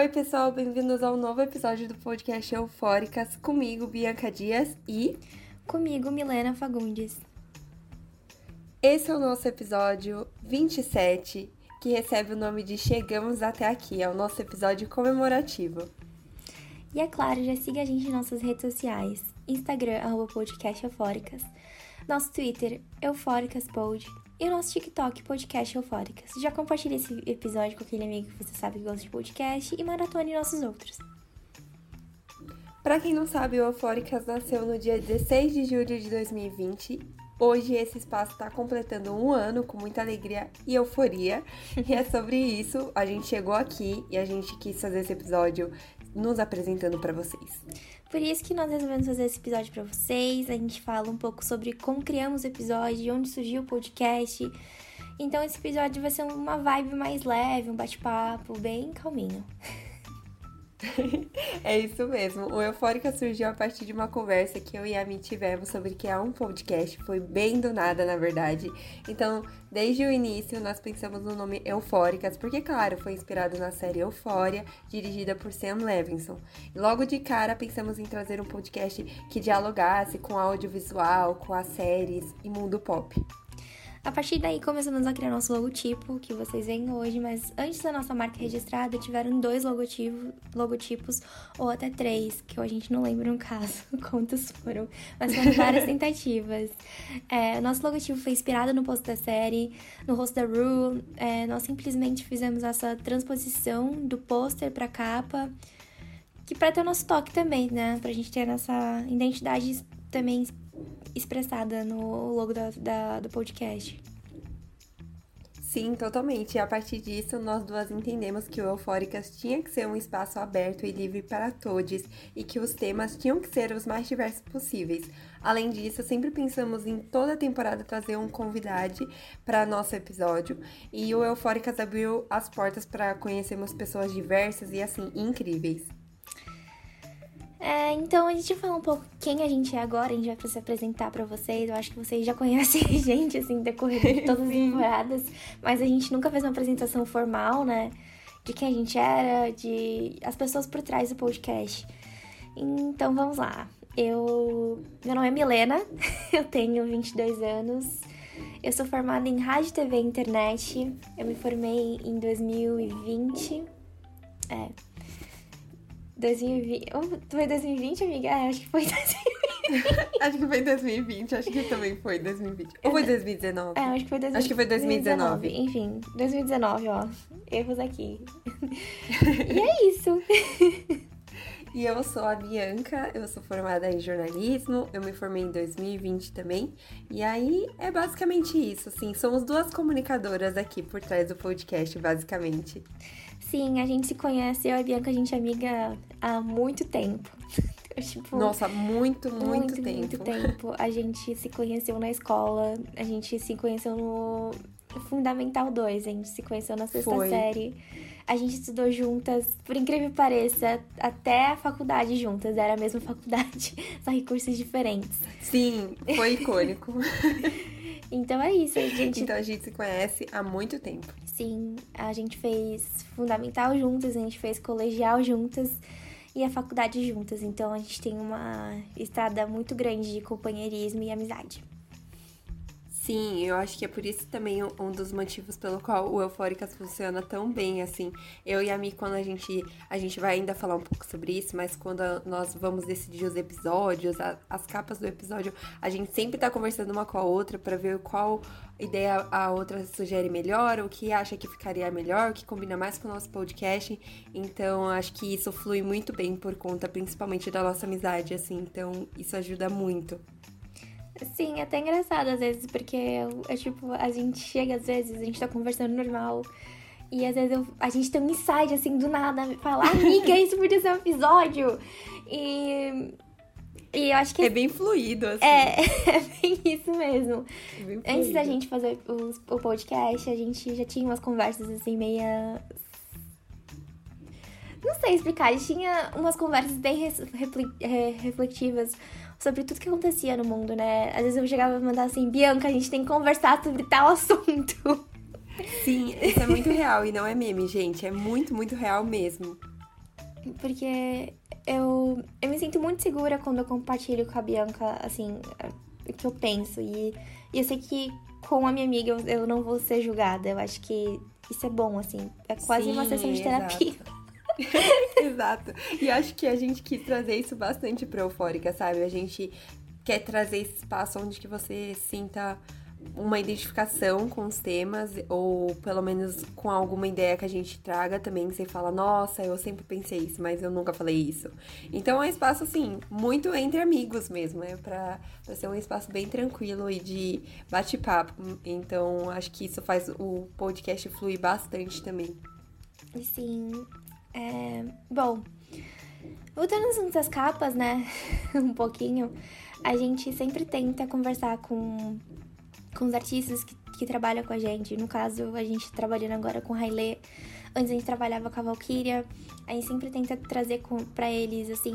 Oi, pessoal, bem-vindos ao novo episódio do podcast Eufóricas, comigo, Bianca Dias, e... comigo, Milena Fagundes. Esse é o nosso episódio 27, que recebe o nome de Chegamos Até Aqui, é o nosso episódio comemorativo. E é claro, já siga a gente em nossas redes sociais, Instagram, @podcast Eufóricas, nosso Twitter, EufóricasPod, e o nosso TikTok, Podcast Eufóricas. Já compartilhe esse episódio com aquele amigo que você sabe que gosta de podcast e maratone nossos outros. Pra quem não sabe, o Eufóricas nasceu no dia 16 de julho de 2020. Hoje esse espaço está completando um ano com muita alegria e euforia. E é sobre isso, a gente chegou aqui e a gente quis fazer esse episódio nos apresentando para vocês. Por isso que nós resolvemos fazer esse episódio para vocês. A gente fala um pouco sobre como criamos o episódio, de onde surgiu o podcast. Então esse episódio vai ser uma vibe mais leve, um bate-papo bem calminho. É isso mesmo. O Eufórica surgiu a partir de uma conversa que eu e a Mi tivemos sobre criar um podcast. Foi bem do nada, na verdade. Então, desde o início, nós pensamos no nome Eufóricas, porque, claro, foi inspirado na série Euphoria, dirigida por Sam Levinson. E logo de cara, pensamos em trazer um podcast que dialogasse com audiovisual, com as séries e mundo pop. A partir daí, começamos a criar nosso logotipo, que vocês veem hoje, mas antes da nossa marca registrada, tiveram 2 logotipos, ou até 3, que a gente não lembra no caso quantos foram, mas foram várias tentativas. Nosso logotipo foi inspirado no posto da série, no rosto da Rue. Nós simplesmente fizemos essa transposição do pôster pra capa, que pra ter o nosso toque também, né? Pra gente ter nossa identidade também expressada no logo do podcast. Sim, totalmente. E a partir disso, nós duas entendemos que o Eufóricas tinha que ser um espaço aberto e livre para todos e que os temas tinham que ser os mais diversos possíveis. Além disso, sempre pensamos em toda temporada trazer um convidado para nosso episódio e o Eufóricas abriu as portas para conhecermos pessoas diversas e, assim, incríveis. Então a gente vai falar um pouco quem a gente é agora, a gente vai se apresentar pra vocês. Eu acho que vocês já conhecem a gente, assim, decorrer de todas as temporadas, mas a gente nunca fez uma apresentação formal, né, de quem a gente era, de as pessoas por trás do podcast. Então vamos lá. Meu nome é Milena, eu tenho 22 anos, eu sou formada em rádio, TV e internet, eu me formei em 2020, 2020. Foi 2020, amiga? Acho que foi 2020. Acho que foi 2020, acho que também foi 2020. Ou foi 2019? Acho que foi 2019. Acho que foi 2019. Enfim, 2019, ó. Erros aqui. E é isso. E eu sou a Bianca, eu sou formada em jornalismo, eu me formei em 2020 também. E aí é basicamente isso, assim, somos 2 comunicadoras aqui por trás do podcast, basicamente. Sim, a gente se conhece, eu e a Bianca, a gente é amiga há muito tempo. Nossa, muito tempo. Muito tempo. A gente se conheceu na escola, a gente se conheceu no Fundamental 2, a gente se conheceu na 6ª série. A gente estudou juntas, por incrível que pareça, até a faculdade juntas. Era a mesma faculdade, só em cursos diferentes. Sim, foi icônico. Então é isso, gente. Então a gente se conhece há muito tempo. Sim, a gente fez fundamental juntas, a gente fez colegial juntas e a faculdade juntas. Então a gente tem uma estrada muito grande de companheirismo e amizade. Sim, eu acho que é por isso também um dos motivos pelo qual o Eufóricas funciona tão bem, assim. Eu e a Mi, quando a gente vai ainda falar um pouco sobre isso, mas quando nós vamos decidir os episódios, as capas do episódio, a gente sempre tá conversando uma com a outra pra ver qual ideia a outra sugere melhor, o que acha que ficaria melhor, o que combina mais com o nosso podcast. Então, acho que isso flui muito bem por conta, principalmente, da nossa amizade, assim. Então, isso ajuda muito. Sim, é até engraçado às vezes, porque tipo, a gente chega às vezes, a gente tá conversando normal e às vezes a gente tem um insight assim do nada, fala, amiga, isso podia ser um episódio. E eu acho que é bem fluido, assim. É bem isso mesmo. Antes da gente fazer o podcast, a gente já tinha umas conversas assim meia... Não sei explicar, a gente tinha umas conversas bem reflexivas sobre tudo que acontecia no mundo, né? Às vezes eu chegava a mandar assim, Bianca, a gente tem que conversar sobre tal assunto. Sim, isso é muito real e não é meme, gente. É muito real mesmo. Porque eu me sinto muito segura quando eu compartilho com a Bianca, assim, o que eu penso. E eu sei que com a minha amiga eu não vou ser julgada. Eu acho que isso é bom, assim. É quase uma sessão de terapia. Exato. E acho que a gente quis trazer isso bastante pra Eufórica, sabe? A gente quer trazer esse espaço onde que você sinta uma identificação com os temas, ou pelo menos com alguma ideia que a gente traga também, que você fala, nossa, eu sempre pensei isso, mas eu nunca falei isso. Então é um espaço, assim, muito entre amigos mesmo, né? Pra ser um espaço bem tranquilo e de bate-papo. Então acho que isso faz o podcast fluir bastante também. Sim. Bom, voltando às das capas, né? Um pouquinho. A gente sempre tenta conversar com os artistas que trabalham com a gente. No caso, a gente trabalhando agora com o Hailê. Antes a gente trabalhava com a Valkyria. A gente sempre tenta trazer pra eles, assim,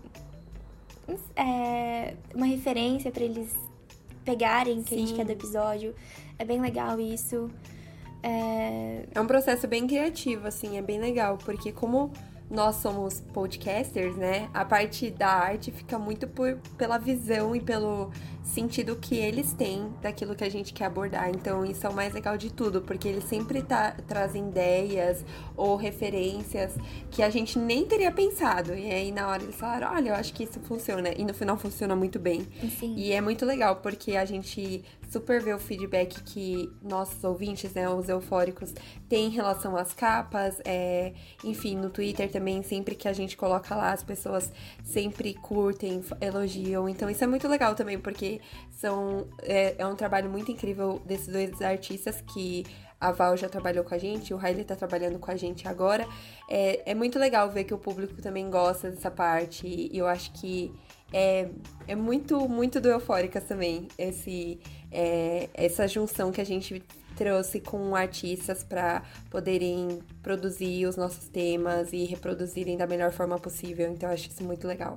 uma referência pra eles pegarem o que a gente quer do episódio. É bem legal isso. É um processo bem criativo, assim, é bem legal, porque como nós somos podcasters, né, a parte da arte fica muito pela visão e pelo sentido que eles têm daquilo que a gente quer abordar. Então isso é o mais legal de tudo, porque eles sempre trazem ideias ou referências que a gente nem teria pensado. E aí na hora eles falaram, olha, eu acho que isso funciona. E no final funciona muito bem. Sim. E é muito legal, porque a gente super vê o feedback que nossos ouvintes, né, os eufóricos, têm em relação às capas. Enfim, no Twitter também, sempre que a gente coloca lá, as pessoas sempre curtem, elogiam. Então isso é muito legal também, porque é um trabalho muito incrível desses dois artistas que a Val já trabalhou com a gente, o Hailê tá trabalhando com a gente agora. É muito legal ver que o público também gosta dessa parte, e eu acho que é muito, muito do Eufóricas também, essa junção que a gente trouxe com artistas para poderem produzir os nossos temas e reproduzirem da melhor forma possível. Então eu acho isso muito legal.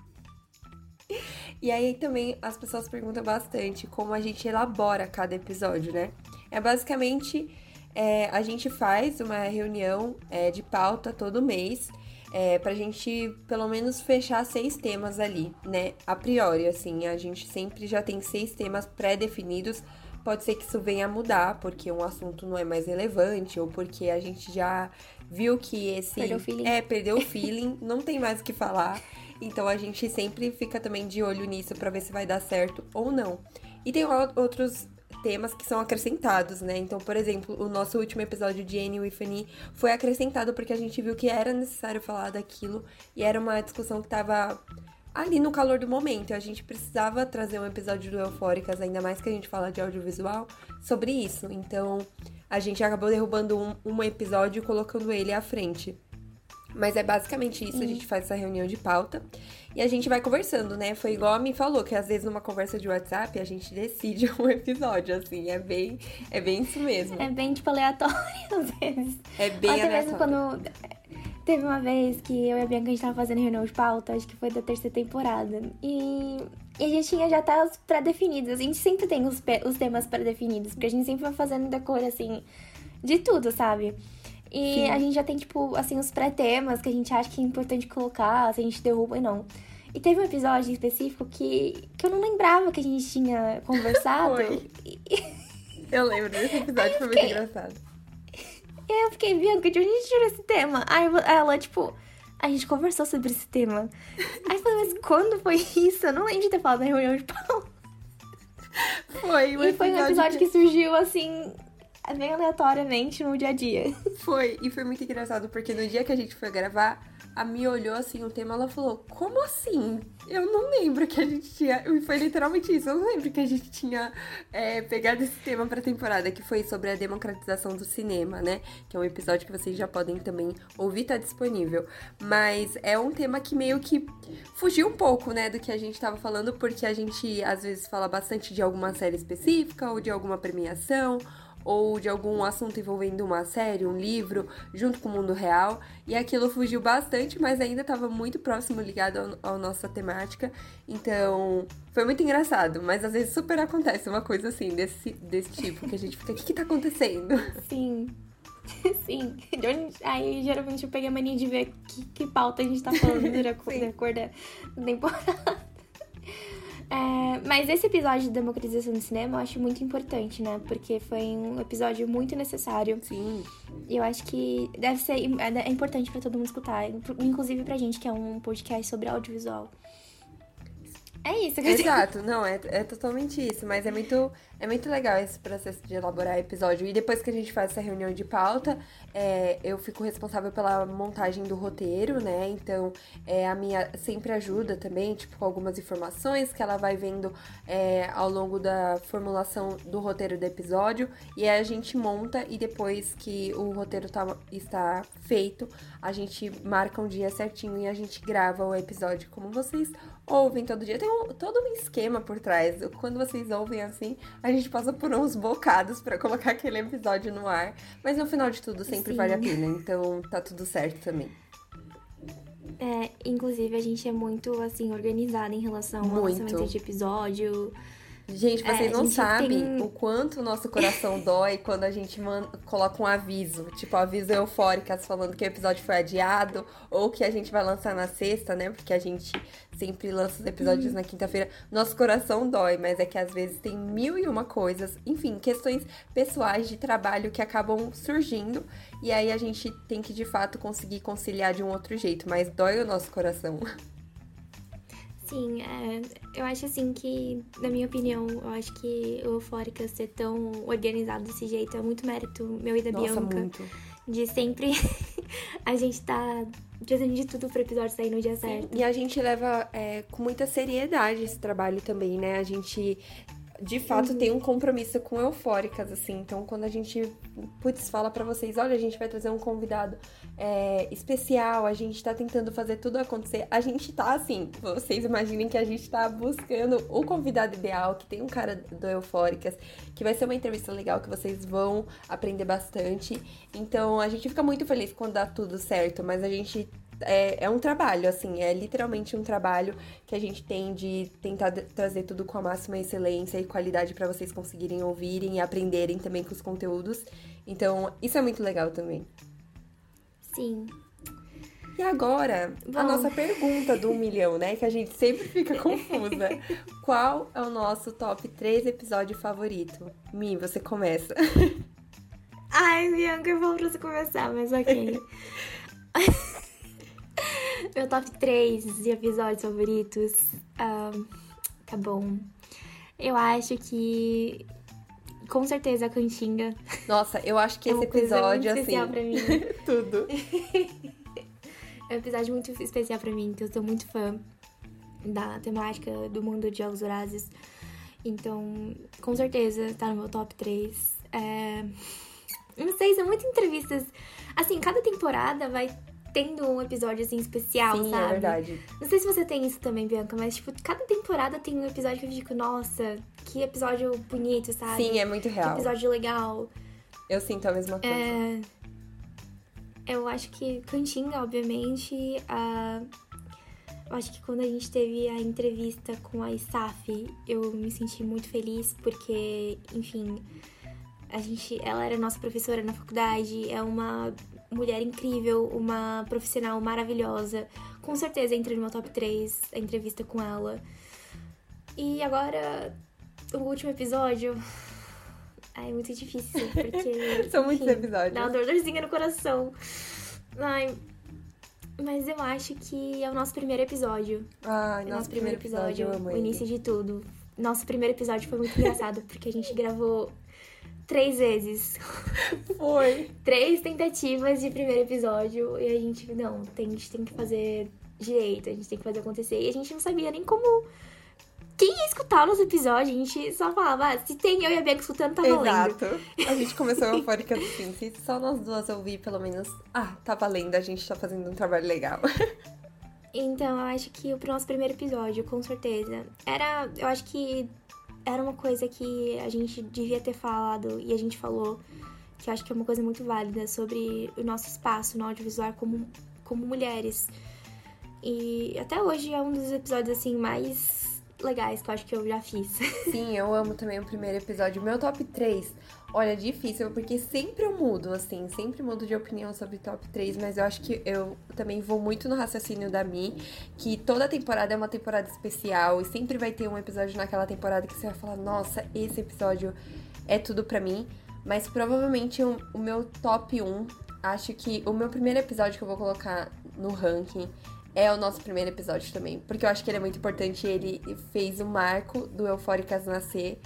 E aí também as pessoas perguntam bastante como a gente elabora cada episódio, né? Basicamente, a gente faz uma reunião de pauta todo mês, pra gente pelo menos fechar 6 temas ali, né? A priori, assim, a gente sempre já tem 6 temas pré-definidos. Pode ser que isso venha a mudar, porque um assunto não é mais relevante, ou porque a gente já viu que esse... Perdeu o feeling. Perdeu o feeling, não tem mais o que falar. Então a gente sempre fica também de olho nisso pra ver se vai dar certo ou não. E tem outros temas que são acrescentados, né? Então, por exemplo, o nosso último episódio de Annie with Annie foi acrescentado porque a gente viu que era necessário falar daquilo e era uma discussão que tava ali no calor do momento. A gente precisava trazer um episódio do Eufóricas, ainda mais que a gente fala de audiovisual, sobre isso. Então, a gente acabou derrubando um episódio e colocando ele à frente. Mas é basicamente isso, a gente faz essa reunião de pauta e a gente vai conversando, né? Foi igual a mim falou, que às vezes numa conversa de WhatsApp a gente decide um episódio, assim, é bem isso mesmo. É bem, tipo, aleatório às vezes. É bem até aleatório. Mesmo quando... Teve uma vez que eu e a Bianca, a gente tava fazendo reunião de pauta, acho que foi da 3ª temporada. E a gente tinha já tá os pré-definidos. A gente sempre tem os temas pré-definidos, porque a gente sempre vai fazendo decor, assim, de tudo, sabe? E Sim. A gente já tem, tipo, assim, os pré-temas que a gente acha que é importante colocar, se a gente derruba e não. E teve um episódio em específico que eu não lembrava que a gente tinha conversado. Foi. Eu lembro desse episódio, foi muito engraçado. E aí eu fiquei, Bianca, de onde a gente tirou esse tema? Aí ela, tipo, a gente conversou sobre esse tema. Aí eu falei, mas quando foi isso? Eu não lembro de ter falado na reunião de pauta. Foi um episódio que surgiu, assim... bem aleatoriamente no dia a dia. Foi, e foi muito engraçado, porque no dia que a gente foi gravar, a Mi olhou assim o tema, ela falou, como assim? Eu não lembro que a gente tinha... E foi literalmente isso, eu não lembro que a gente tinha pegado esse tema pra temporada, que foi sobre a democratização do cinema, né? Que é um episódio que vocês já podem também ouvir, tá disponível. Mas é um tema que meio que fugiu um pouco, né, do que a gente tava falando, porque a gente às vezes fala bastante de alguma série específica ou de alguma premiação, ou de algum assunto envolvendo uma série, um livro, junto com o mundo real. E aquilo fugiu bastante, mas ainda estava muito próximo, ligado à nossa temática. Então, foi muito engraçado. Mas às vezes super acontece uma coisa assim, desse tipo, que a gente fica, o que tá acontecendo? Sim. Sim. Aí, geralmente, eu peguei a mania de ver que pauta a gente tá falando durante a cor da temporada. Mas esse episódio de democratização do cinema eu acho muito importante, né? Porque foi um episódio muito necessário. Sim. E eu acho que é importante pra todo mundo escutar. Inclusive pra gente, que é um podcast sobre audiovisual. É isso que eu digo. Exato, não, é totalmente isso, mas é muito legal esse processo de elaborar episódio. E depois que a gente faz essa reunião de pauta, eu fico responsável pela montagem do roteiro, né? Então, a minha sempre ajuda também, tipo, com algumas informações que ela vai vendo ao longo da formulação do roteiro do episódio. E aí a gente monta e depois que o roteiro está feito, a gente marca um dia certinho e a gente grava o episódio como vocês ouvem todo dia. Tem todo um esquema por trás. Quando vocês ouvem assim, a gente passa por uns bocados pra colocar aquele episódio no ar. Mas no final de tudo, sempre Sim. vale a pena. Então, tá tudo certo também. Inclusive, a gente é muito, assim, organizada em relação ao Muito. lançamento de episódio. Gente, vocês a não gente sabem tem- o quanto o nosso coração dói quando a gente coloca um aviso. Tipo, aviso eufóricas falando que o episódio foi adiado ou que a gente vai lançar na sexta, né? Porque a gente sempre lança os episódios na quinta-feira. Nosso coração dói, mas é que às vezes tem 1001 coisas, enfim, questões pessoais de trabalho que acabam surgindo. E aí a gente tem que, de fato, conseguir conciliar de um outro jeito. Mas dói o nosso coração. Sim, eu acho assim que, na minha opinião, eu acho que o Eufórica ser tão organizado desse jeito é muito mérito meu e da Nossa, Bianca. muito. De sempre a gente tá fazendo de tudo pro episódio sair no dia certo. E a gente leva com muita seriedade esse trabalho também, né? A gente, de fato, tem um compromisso com Eufóricas, assim. Então, quando a gente, fala pra vocês, olha, a gente vai trazer um convidado especial, a gente tá tentando fazer tudo acontecer. A gente tá, assim, vocês imaginem que a gente tá buscando o convidado ideal, que tem um cara do Eufóricas, que vai ser uma entrevista legal, que vocês vão aprender bastante. Então, a gente fica muito feliz quando dá tudo certo, mas a gente... É um trabalho, assim, é literalmente um trabalho que a gente tem de tentar trazer tudo com a máxima excelência e qualidade pra vocês conseguirem ouvirem e aprenderem também com os conteúdos. Então, isso é muito legal também. Sim. E agora, a Bom. nossa pergunta do 1 milhão, né? Que a gente sempre fica confusa. Qual é o nosso top 3 episódio favorito? Mi, você começa. Ai, Bianca, eu vou pra você começar, mas ok. Meu top 3 de episódios favoritos. Tá bom. Eu acho que, com certeza, a Cantinga Nossa, eu acho que é esse uma coisa episódio, muito especial assim... pra mim. Tudo. É um episódio muito especial pra mim, que eu sou muito fã da temática do mundo de Jogos Vorazes. Então, com certeza, tá no meu top 3. Não sei, são muitas entrevistas. Assim, cada temporada vai tendo um episódio, assim, especial, Sim, sabe? é verdade. Não sei se você tem isso também, Bianca, mas, tipo, cada temporada tem um episódio que eu fico, nossa, que episódio bonito, sabe? Sim, é muito Que real. episódio legal. Eu sinto a mesma coisa. Eu acho que Cantinga, obviamente, eu acho que quando a gente teve a entrevista com a ISAF, eu me senti muito feliz, porque, enfim, ela era nossa professora na faculdade, é uma mulher incrível, uma profissional maravilhosa. Com certeza entra no meu top 3 a entrevista com ela. E agora, o último episódio... Ai, é muito difícil, porque... São muitos enfim, episódios. dá uma dorzinha no coração. Ai, mas eu acho que é o nosso primeiro episódio. Ai, nosso primeiro episódio, eu amo o ele. início de tudo. Nosso primeiro episódio foi muito engraçado, porque a gente gravou 3 vezes. Foi. 3 tentativas de primeiro episódio. E a gente, não, a gente tem que fazer direito, a gente tem que fazer acontecer. E a gente não sabia nem como... Quem ia escutar o nosso episódio, a gente só falava, se tem eu e a Bianca escutando, tá valendo. Exato. A gente começou eufórica assim. Se só nós duas ouvir, pelo menos... tá valendo, a gente tá fazendo um trabalho legal. Então, eu acho que o nosso primeiro episódio, com certeza, eu acho que era uma coisa que a gente devia ter falado, e a gente falou, que eu acho que é uma coisa muito válida, sobre o nosso espaço no audiovisual como mulheres. E até hoje é um dos episódios, assim, mais legais que eu acho que eu já fiz. Sim, eu amo também o primeiro episódio. Meu top 3, olha, é difícil, porque sempre eu mudo, assim, sempre mudo de opinião sobre top 3, mas eu acho que eu também vou muito no raciocínio da Mi, que toda temporada é uma temporada especial e sempre vai ter um episódio naquela temporada que você vai falar, nossa, esse episódio é tudo pra mim. Mas provavelmente o meu top 1, acho que o meu primeiro episódio que eu vou colocar no ranking é o nosso primeiro episódio também. Porque eu acho que ele é muito importante, ele fez o marco do Eufóricas nascer.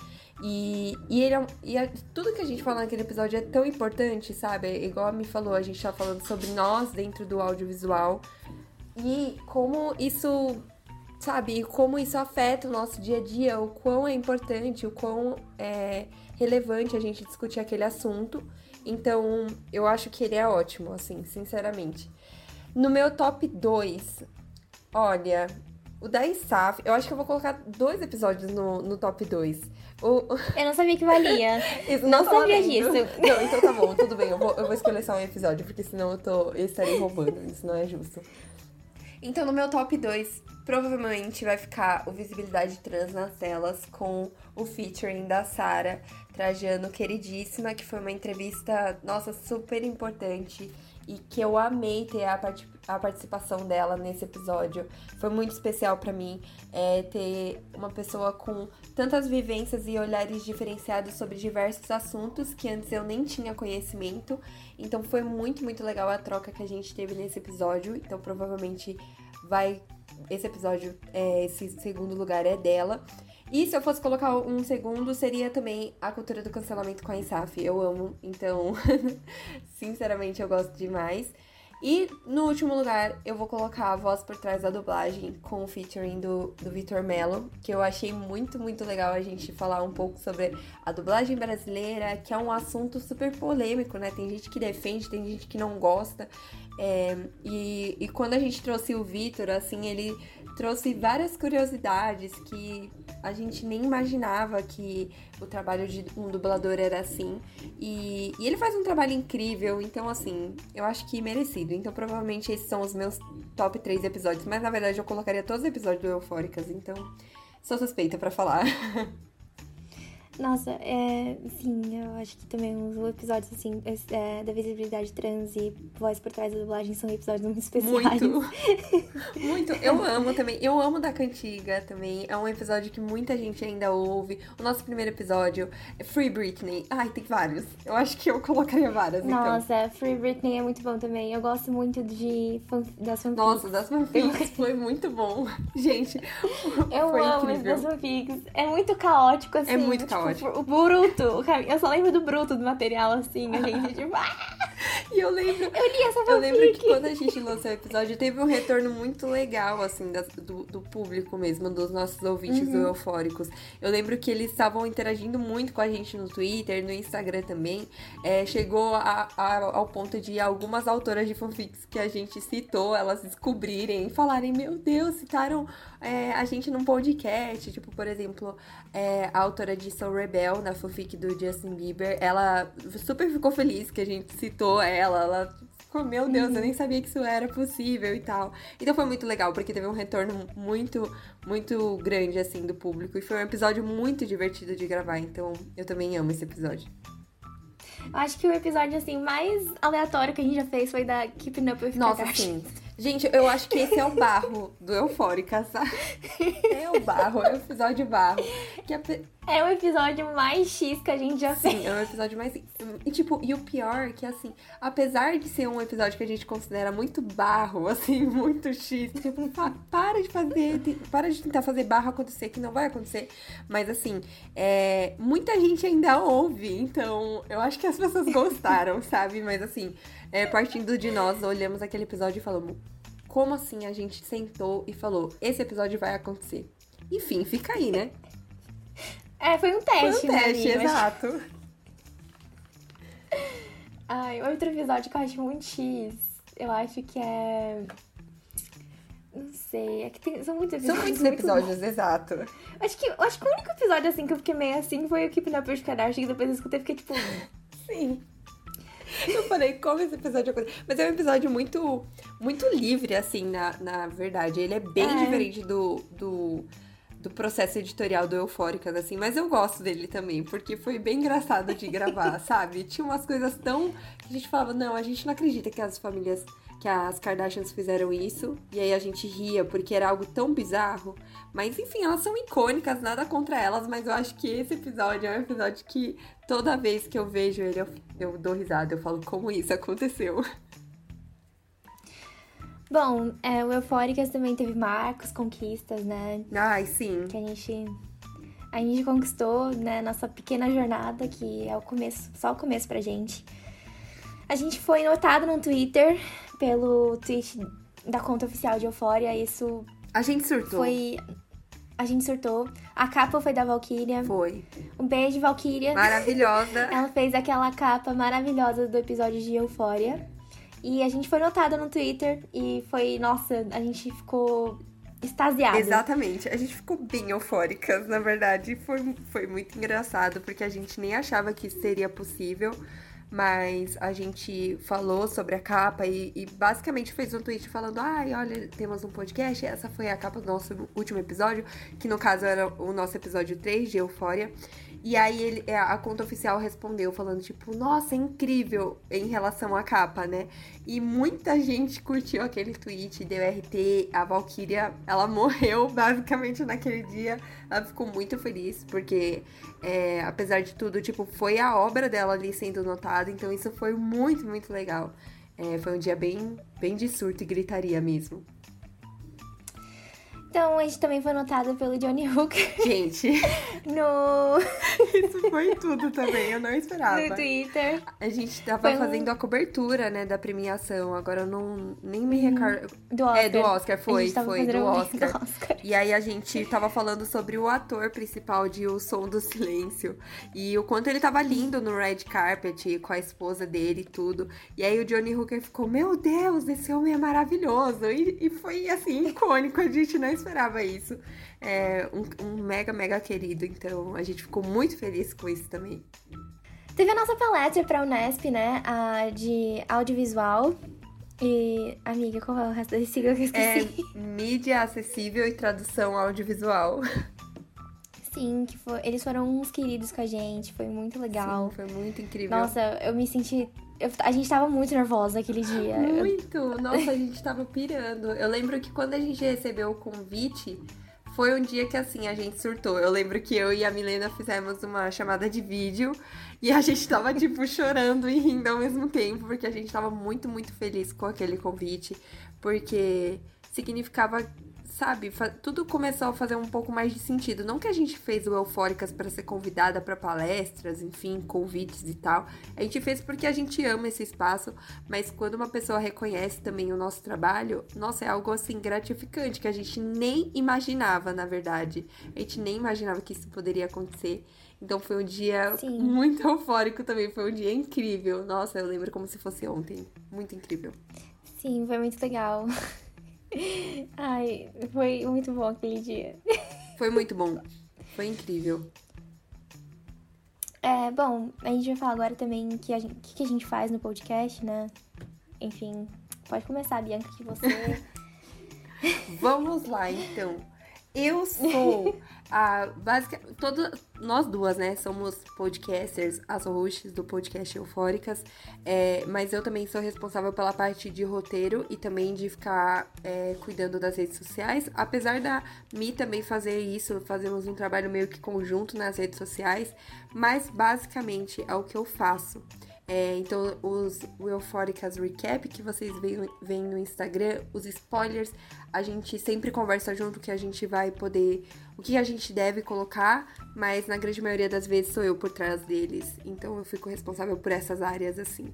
Tudo que a gente fala naquele episódio é tão importante, sabe? Igual a Mi falou, a gente tá falando sobre nós dentro do audiovisual. E como isso, sabe? Como isso afeta o nosso dia a dia, o quão é importante, o quão é relevante a gente discutir aquele assunto. Então, eu acho que ele é ótimo, assim, sinceramente. No meu top 2, olha, o da ISAF, eu acho que eu vou colocar 2 episódios no top 2. Eu não sabia que valia. Isso, não tô sabia valendo. disso. Não, então tá bom, tudo bem, eu vou escolher só um episódio, porque senão eu estaria roubando, isso não é justo. Então, no meu top 2, provavelmente vai ficar o Visibilidade Trans nas telas, com o featuring da Sarah Trajano, queridíssima, que foi uma entrevista, nossa, super importante e que eu amei ter a participação dela nesse episódio. Foi muito especial pra mim ter uma pessoa com tantas vivências e olhares diferenciados sobre diversos assuntos que antes eu nem tinha conhecimento. Então foi muito, muito legal a troca que a gente teve nesse episódio. Então provavelmente esse episódio, esse segundo lugar é dela. E se eu fosse colocar um segundo, seria também a cultura do cancelamento com a ISAF. Eu amo, então, sinceramente, eu gosto demais. E no último lugar, eu vou colocar a voz por trás da dublagem com o featuring do Vitor Mello, que eu achei muito, muito legal a gente falar um pouco sobre a dublagem brasileira, que é um assunto super polêmico, né? Tem gente que defende, tem gente que não gosta. E quando a gente trouxe o Vitor, assim, ele trouxe várias curiosidades que a gente nem imaginava que o trabalho de um dublador era assim. E ele faz um trabalho incrível, então, assim, eu acho que merecido. Então, provavelmente, esses são os meus top 3 episódios. Mas, na verdade, eu colocaria todos os episódios do Eufóricas, então sou suspeita pra falar. Nossa, sim, eu acho que também os episódios, assim, da visibilidade trans e voz por trás da dublagem são episódios muito especiais. Muito, muito. Eu amo também. Eu amo da Cantiga também. É um episódio que muita gente ainda ouve. O nosso primeiro episódio é Free Britney. Ai, tem vários. Eu acho que eu colocaria várias, Nossa, então. Free Britney é muito bom também. Eu gosto muito das fanfics. Nossa, das fanfics foi muito bom. Gente, eu foi amo incrível. das fanfics. É muito caótico, assim. É muito tipo, caótico. O bruto. Eu só lembro do bruto do material, assim. A gente, tipo... E eu lembro... Eu li essa fanfic. Eu lembro que quando a gente lançou o episódio, teve um retorno muito legal, assim, do público mesmo, dos nossos ouvintes do Eufóricos. Eu lembro que eles estavam interagindo muito com a gente no Twitter, no Instagram também. Chegou ao ponto de algumas autoras de fanfics que a gente citou, elas descobrirem e falarem, meu Deus, citaram a gente num podcast. Tipo, por exemplo, a autora de Soul Rebel, na fanfic do Justin Bieber, ela super ficou feliz que a gente citou ela ficou, meu Deus, eu nem sabia que isso era possível e tal. Então foi muito legal, porque teve um retorno muito, muito grande, assim, do público. E foi um episódio muito divertido de gravar, então eu também amo esse episódio. Eu acho que o episódio, assim, mais aleatório que a gente já fez foi da Keeping Up with Nossa, Kardashian. sim. Gente, eu acho que esse é o barro do Eufórica, sabe? É o barro, é o episódio barro. É o episódio mais X que a gente já fez. Sim, é um episódio mais... E o pior que, assim, apesar de ser um episódio que a gente considera muito barro, assim, muito X, tipo, para de tentar fazer barro acontecer, que não vai acontecer. Mas, assim, muita gente ainda ouve, então eu acho que as pessoas gostaram, sabe? Mas, assim, partindo de nós, olhamos aquele episódio e falamos, como assim a gente sentou e falou, esse episódio vai acontecer? Enfim, fica aí, né? Foi um teste, Foi um teste, né, exato. Ai, outro episódio que eu acho muito X, eu acho que é... Não sei, é que são muitos episódios. São muitos episódios, exato. Acho que o único episódio, assim, que eu fiquei meio assim foi o Keeping Up with Kardashian, que depois eu escutei e fiquei tipo... Sim. Eu falei, como esse episódio aconteceu? Mas é um episódio muito, muito livre, assim, na verdade. Ele é bem diferente do processo editorial do Eufóricas, assim, mas eu gosto dele também, porque foi bem engraçado de gravar, sabe? Tinha umas coisas tão... que a gente falava, não, a gente não acredita que as Kardashians fizeram isso, e aí a gente ria, porque era algo tão bizarro, mas enfim, elas são icônicas, nada contra elas, mas eu acho que esse episódio é um episódio que toda vez que eu vejo ele, eu dou risada, eu falo, como isso aconteceu? Bom, o Eufóricas também teve marcos, conquistas, né? Ai, sim. Que a gente conquistou, né? Nossa pequena jornada, que é o começo, só o começo pra gente. A gente foi notado no Twitter pelo tweet da conta oficial de Euphoria. Isso A gente surtou. A gente surtou. A capa foi da Valkyria. Foi. Um beijo, Valkyria. Maravilhosa. Ela fez aquela capa maravilhosa do episódio de Euphoria. E a gente foi notada no Twitter e foi, nossa, a gente ficou extasiada. Exatamente. A gente ficou bem eufóricas, na verdade. Foi muito engraçado, porque a gente nem achava que isso seria possível. Mas a gente falou sobre a capa e basicamente fez um tweet falando: ai, olha, temos um podcast. Essa foi a capa do nosso último episódio, que no caso era o nosso episódio 3 de Euphoria. E aí a conta oficial respondeu falando, tipo, nossa, é incrível em relação à capa, né? E muita gente curtiu aquele tweet, deu RT, a Valkyria, ela morreu basicamente naquele dia. Ela ficou muito feliz, porque apesar de tudo, tipo, foi a obra dela ali sendo notada, então isso foi muito, muito legal. Foi um dia bem, bem de surto e gritaria mesmo. Então, a gente também foi notada pelo Johnny Hooker. Gente, isso foi tudo também, eu não esperava. No Twitter. A gente tava fazendo a cobertura, né, da premiação, agora eu nem me recordo. Do Oscar. Do Oscar, foi do Oscar. Oscar. E aí a gente tava falando sobre o ator principal de O Som do Silêncio, e o quanto ele tava lindo no red carpet, com a esposa dele e tudo. E aí o Johnny Hooker ficou, meu Deus, esse homem é maravilhoso. E foi, assim, icônico, a gente não esperava isso. Um mega, mega querido, então a gente ficou muito feliz com isso também. Teve a nossa palestra pra Unesp, né? A de audiovisual. E, amiga, qual é o resto desse sigla que eu esqueci? Mídia acessível e tradução audiovisual. Sim, eles foram uns queridos com a gente, foi muito legal. Sim, foi muito incrível. Nossa, eu me senti... a gente tava muito nervosa aquele dia. Muito! Nossa, a gente tava pirando. Eu lembro que quando a gente recebeu o convite, foi um dia que, assim, a gente surtou. Eu lembro que eu e a Milena fizemos uma chamada de vídeo e a gente tava, tipo, chorando e rindo ao mesmo tempo, porque a gente tava muito, muito feliz com aquele convite, porque significava... Sabe, tudo começou a fazer um pouco mais de sentido. Não que a gente fez o Eufóricas para ser convidada para palestras, enfim, convites e tal. A gente fez porque a gente ama esse espaço, mas quando uma pessoa reconhece também o nosso trabalho, nossa, é algo assim gratificante, que a gente nem imaginava, na verdade. A gente nem imaginava que isso poderia acontecer. Então foi um dia muito eufórico também, foi um dia incrível. Nossa, eu lembro como se fosse ontem. Muito incrível. Sim, foi muito legal. Ai, foi muito bom aquele dia. Foi muito bom. Foi incrível. Bom, a gente vai falar agora também o que a gente faz no podcast, né? Enfim, pode começar, Bianca, que você... Vamos lá, então. Eu sou nós duas, né? Somos podcasters, as hosts do podcast Eufóricas. Mas eu também sou responsável pela parte de roteiro e também de ficar cuidando das redes sociais. Apesar da Mi também fazer isso, fazemos um trabalho meio que conjunto nas redes sociais. Mas basicamente é o que eu faço. Então, o Eufóricas Recap que vocês veem no Instagram, os spoilers, a gente sempre conversa junto que a gente vai poder... O que a gente deve colocar, mas na grande maioria das vezes sou eu por trás deles. Então, eu fico responsável por essas áreas, assim.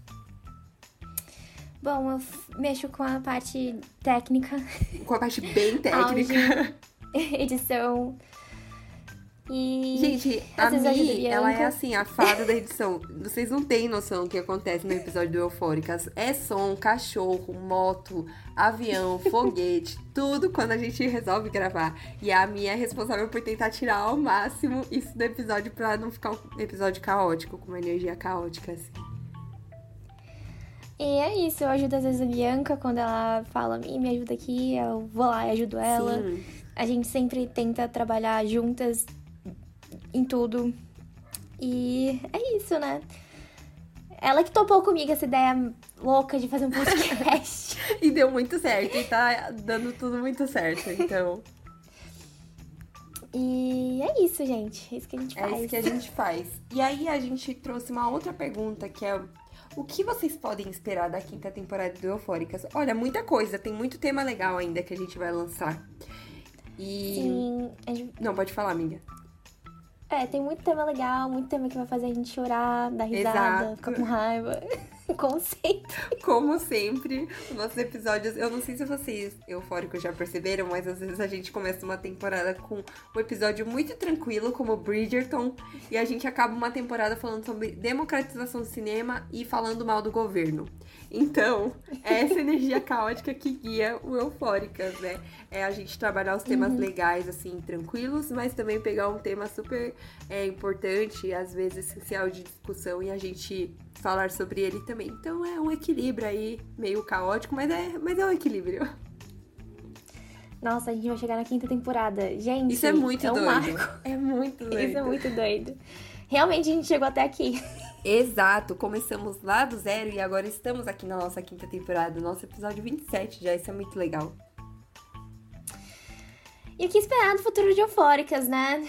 Bom, eu mexo com a parte técnica. Com a parte bem técnica. Áudio, edição... E... Gente, a Mi, ela é assim, a fada da edição. Vocês não têm noção do que acontece no episódio do Eufóricas. É som, cachorro, moto, avião, foguete, tudo quando a gente resolve gravar. E a Mi é responsável por tentar tirar ao máximo isso do episódio pra não ficar um episódio caótico, com uma energia caótica, assim. E é isso, eu ajudo às vezes a Bianca quando ela fala, me ajuda aqui, eu vou lá e ajudo ela. Sim. A gente sempre tenta trabalhar juntas em tudo. E é isso, né? Ela que topou comigo essa ideia louca de fazer um podcast. E deu muito certo, e tá dando tudo muito certo, então... E é isso, gente. É isso que a gente faz. É isso que a gente faz. E aí a gente trouxe uma outra pergunta, que é... O que vocês podem esperar da 5ª temporada do Eufóricas? Olha, muita coisa. Tem muito tema legal ainda que a gente vai lançar. E... Sim. Não, pode falar, amiga. Tem muito tema legal, muito tema que vai fazer a gente chorar, dar risada, Exato. ficar com raiva. Como sempre. Como sempre, os nossos episódios... Eu não sei se vocês, eufóricos, já perceberam, mas às vezes a gente começa uma temporada com um episódio muito tranquilo, como Bridgerton, e a gente acaba uma temporada falando sobre democratização do cinema e falando mal do governo. Então, é essa energia caótica que guia o Eufóricas, né? É a gente trabalhar os temas legais, assim, tranquilos, mas também pegar um tema super importante, às vezes essencial de discussão, e a gente falar sobre ele também. Então, é um equilíbrio aí, meio caótico, mas é um equilíbrio. Nossa, a gente vai chegar na 5ª temporada. Gente, Isso é muito um doido. marco. É muito doido. Isso é muito doido. Realmente, a gente chegou até aqui. Exato, começamos lá do zero e agora estamos aqui na nossa 5ª temporada, nosso episódio 27 já, isso é muito legal. E o que esperar do futuro de Eufóricas, né?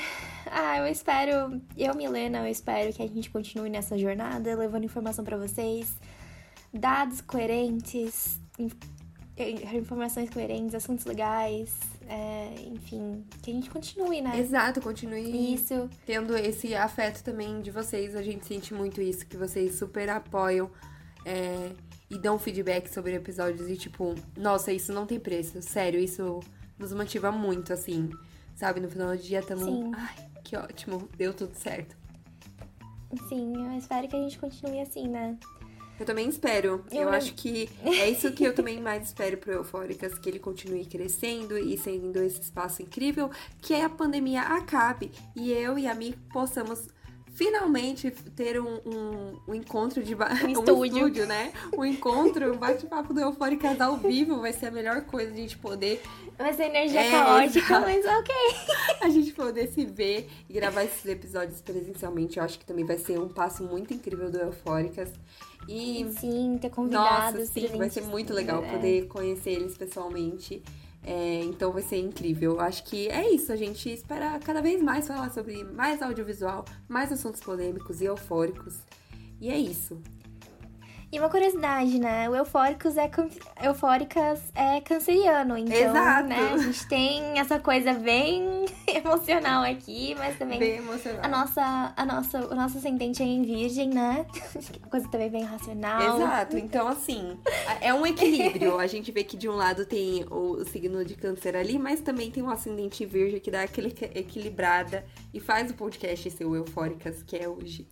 Milena, eu espero que a gente continue nessa jornada, levando informação pra vocês, dados coerentes, informações coerentes, assuntos legais, enfim, que a gente continue, né? Exato, continue isso. Tendo esse afeto também de vocês, a gente sente muito isso, que vocês super apoiam e dão feedback sobre episódios e tipo, nossa, isso não tem preço, sério, isso nos motiva muito, assim, sabe? No final do dia estamos, ai, que ótimo, deu tudo certo. Sim, eu espero que a gente continue assim, né? Eu também espero. Eu acho que é isso que eu também mais espero pro Eufóricas, que ele continue crescendo e sendo esse espaço incrível, que a pandemia acabe e eu e a Mi possamos finalmente ter um encontro de estúdio, né? Um encontro, um bate-papo do Eufóricas ao vivo vai ser a melhor coisa, a gente poder... Vai ser energia caótica, exato. mas ok. A gente poder se ver e gravar esses episódios presencialmente, eu acho que também vai ser um passo muito incrível do Eufóricas. E sim, ter convidados. nossa, sim, vai ser muito legal poder conhecer eles pessoalmente. Então vai ser incrível. Eu acho que é isso. A gente espera cada vez mais falar sobre mais audiovisual, mais assuntos polêmicos e eufóricos. E é isso. E uma curiosidade, né? O Eufóricas é canceriano, então, exato. Né? A gente tem essa coisa bem emocional aqui, mas também bem emocional. O nosso ascendente é em virgem, né? Uma coisa também bem racional. Exato. Então, assim, é um equilíbrio. A gente vê que de um lado tem o signo de câncer ali, mas também tem um ascendente em virgem que dá aquela equilibrada e faz o podcast ser o Eufóricas, que é hoje.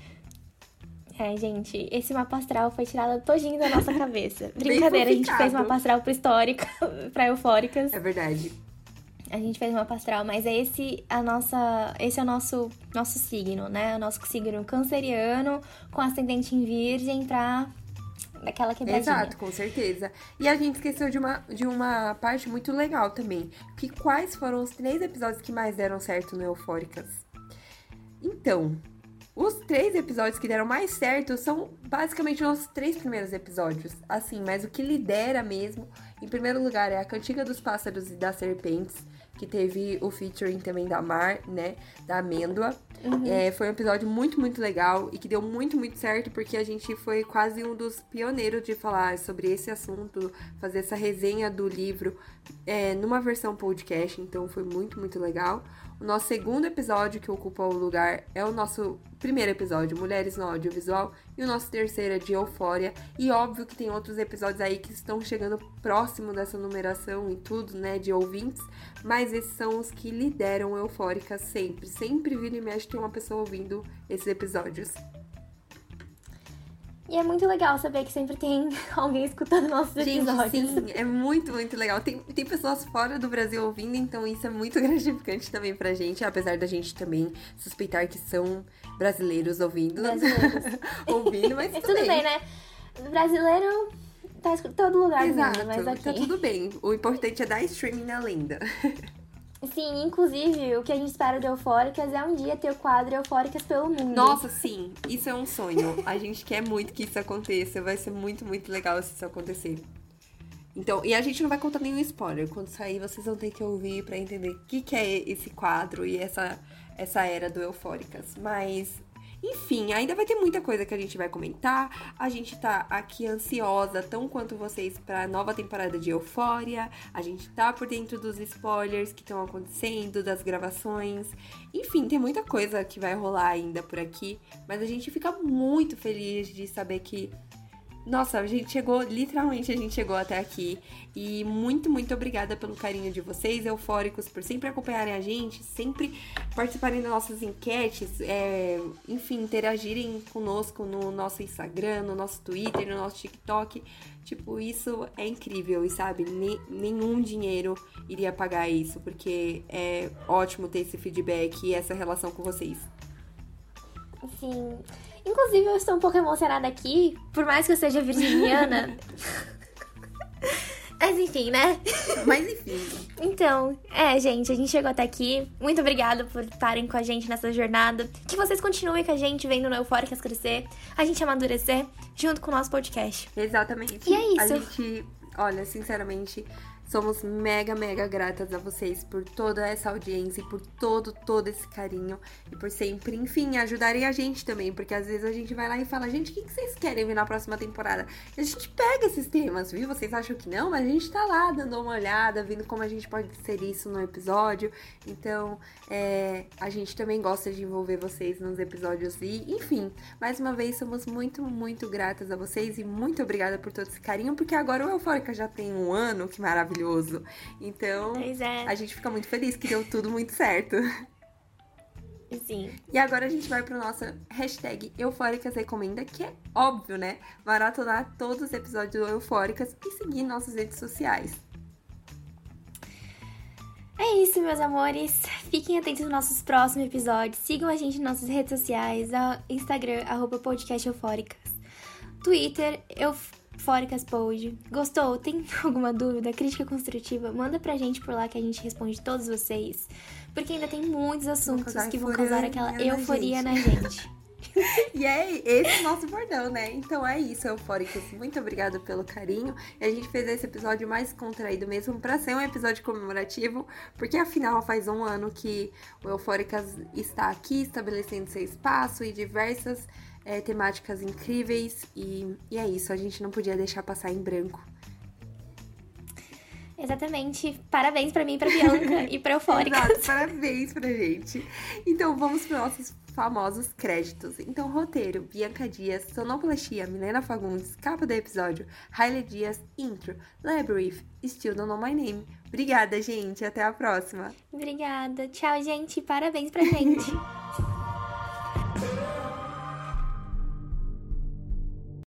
Gente, esse mapa astral foi tirado todinho da nossa cabeça. Brincadeira, a gente fez uma mapa astral pro histórico, pra Eufóricas. É verdade. A gente fez uma mapa astral, mas esse é o nosso signo, né? O nosso signo canceriano, com ascendente em virgem pra daquela quebradinha. Exato, com certeza. E a gente esqueceu de uma parte muito legal também. Que quais foram os 3 episódios que mais deram certo no Eufóricas? Então... Os 3 episódios que deram mais certo são basicamente os nossos 3 primeiros episódios. Assim, mas o que lidera mesmo, em primeiro lugar, é a Cantiga dos Pássaros e das Serpentes, que teve o featuring também da Mar, né? Da Amêndoa. Foi um episódio muito, muito legal e que deu muito, muito certo, porque a gente foi quase um dos pioneiros de falar sobre esse assunto, fazer essa resenha do livro numa versão podcast, então foi muito, muito legal. O nosso segundo episódio, que ocupa o lugar, é o nosso primeiro episódio, Mulheres no Audiovisual, e o nosso terceiro é de Eufória. E óbvio que tem outros episódios aí que estão chegando próximo dessa numeração e tudo, né, de ouvintes, mas esses são os que lideram Eufóricas sempre. Sempre vira e mexe tem uma pessoa ouvindo esses episódios. E é muito legal saber que sempre tem alguém escutando nossos episódios. Sim, é muito, muito legal. Tem pessoas fora do Brasil ouvindo, então isso é muito gratificante também pra gente, apesar da gente também suspeitar que são brasileiros ouvindo. Ouvindo, mas tudo bem, né? Brasileiro tá em todo lugar do exato, mundo, mas aqui. Tá tudo bem. O importante é dar streaming na lenda. Sim, inclusive, o que a gente espera do Eufóricas é um dia ter o quadro Eufóricas pelo mundo. Nossa, sim, isso é um sonho. A gente quer muito que isso aconteça. Vai ser muito, muito legal se isso acontecer. Então, e a gente não vai contar nenhum spoiler. Quando sair, vocês vão ter que ouvir pra entender o que é esse quadro e essa era do Eufóricas. Mas, enfim, ainda vai ter muita coisa que a gente vai comentar. A gente tá aqui ansiosa, tão quanto vocês, pra nova temporada de Eufória. A gente tá por dentro dos spoilers que estão acontecendo, das gravações. Enfim, tem muita coisa que vai rolar ainda por aqui. Mas a gente fica muito feliz de saber que... Nossa, a gente chegou, literalmente a gente chegou até aqui. E muito, muito obrigada pelo carinho de vocês, eufóricos, por sempre acompanharem a gente, sempre participarem das nossas enquetes, enfim, interagirem conosco no nosso Instagram, no nosso Twitter, no nosso TikTok. Tipo, isso é incrível e, sabe, nenhum dinheiro iria pagar isso, porque é ótimo ter esse feedback e essa relação com vocês. Sim. Inclusive, eu estou um pouco emocionada aqui, por mais que eu seja virginiana. Mas enfim, né? Mas enfim. Então, gente, a gente chegou até aqui. Muito obrigada por estarem com a gente nessa jornada. Que vocês continuem com a gente, vendo no Eufóricas crescer, a gente amadurecer, junto com o nosso podcast. Exatamente. E é isso. A gente, olha, sinceramente... Somos mega, mega gratas a vocês por toda essa audiência e por todo esse carinho. E por sempre, enfim, ajudarem a gente também. Porque às vezes a gente vai lá e fala, gente, o que vocês querem ver na próxima temporada? E a gente pega esses temas, viu? Vocês acham que não? Mas a gente tá lá dando uma olhada, vendo como a gente pode inserir isso no episódio. Então, a gente também gosta de envolver vocês nos episódios. E, enfim, mais uma vez, somos muito, muito gratas a vocês. E muito obrigada por todo esse carinho. Porque agora o Eufórica já tem um ano, que maravilhoso. Então, a gente fica muito feliz que deu tudo muito certo. Sim. E agora a gente vai pro nosso hashtag Eufóricas Recomenda, que é óbvio, né? Maratonar todos os episódios do Eufóricas e seguir nossas redes sociais. É isso, meus amores. Fiquem atentos aos nossos próximos episódios. Sigam a gente nas nossas redes sociais, Instagram, @podcasteufóricas, Twitter, EufóricasPod. Gostou? Tem alguma dúvida, crítica construtiva? Manda pra gente por lá que a gente responde todos vocês. Porque ainda tem muitos assuntos que vão causar aquela euforia na gente. E esse é o nosso bordão, né? Então é isso, Eufóricas. Muito obrigada pelo carinho. E a gente fez esse episódio mais contraído mesmo pra ser um episódio comemorativo, porque afinal faz um ano que o Eufóricas está aqui, estabelecendo seu espaço e diversas temáticas incríveis. E é isso, a gente não podia deixar passar em branco. Exatamente. Parabéns pra mim e pra Bianca e pra Eufóricas. Exato, parabéns pra gente. Então vamos para nossos famosos créditos. Então, roteiro, Bianca Dias, sonoplastia, Milena Fagundes, capa do episódio, Hailey Dias, intro, Labyrinth, Still Don't Know My Name. Obrigada, gente. Até a próxima. Obrigada. Tchau, gente. Parabéns pra gente.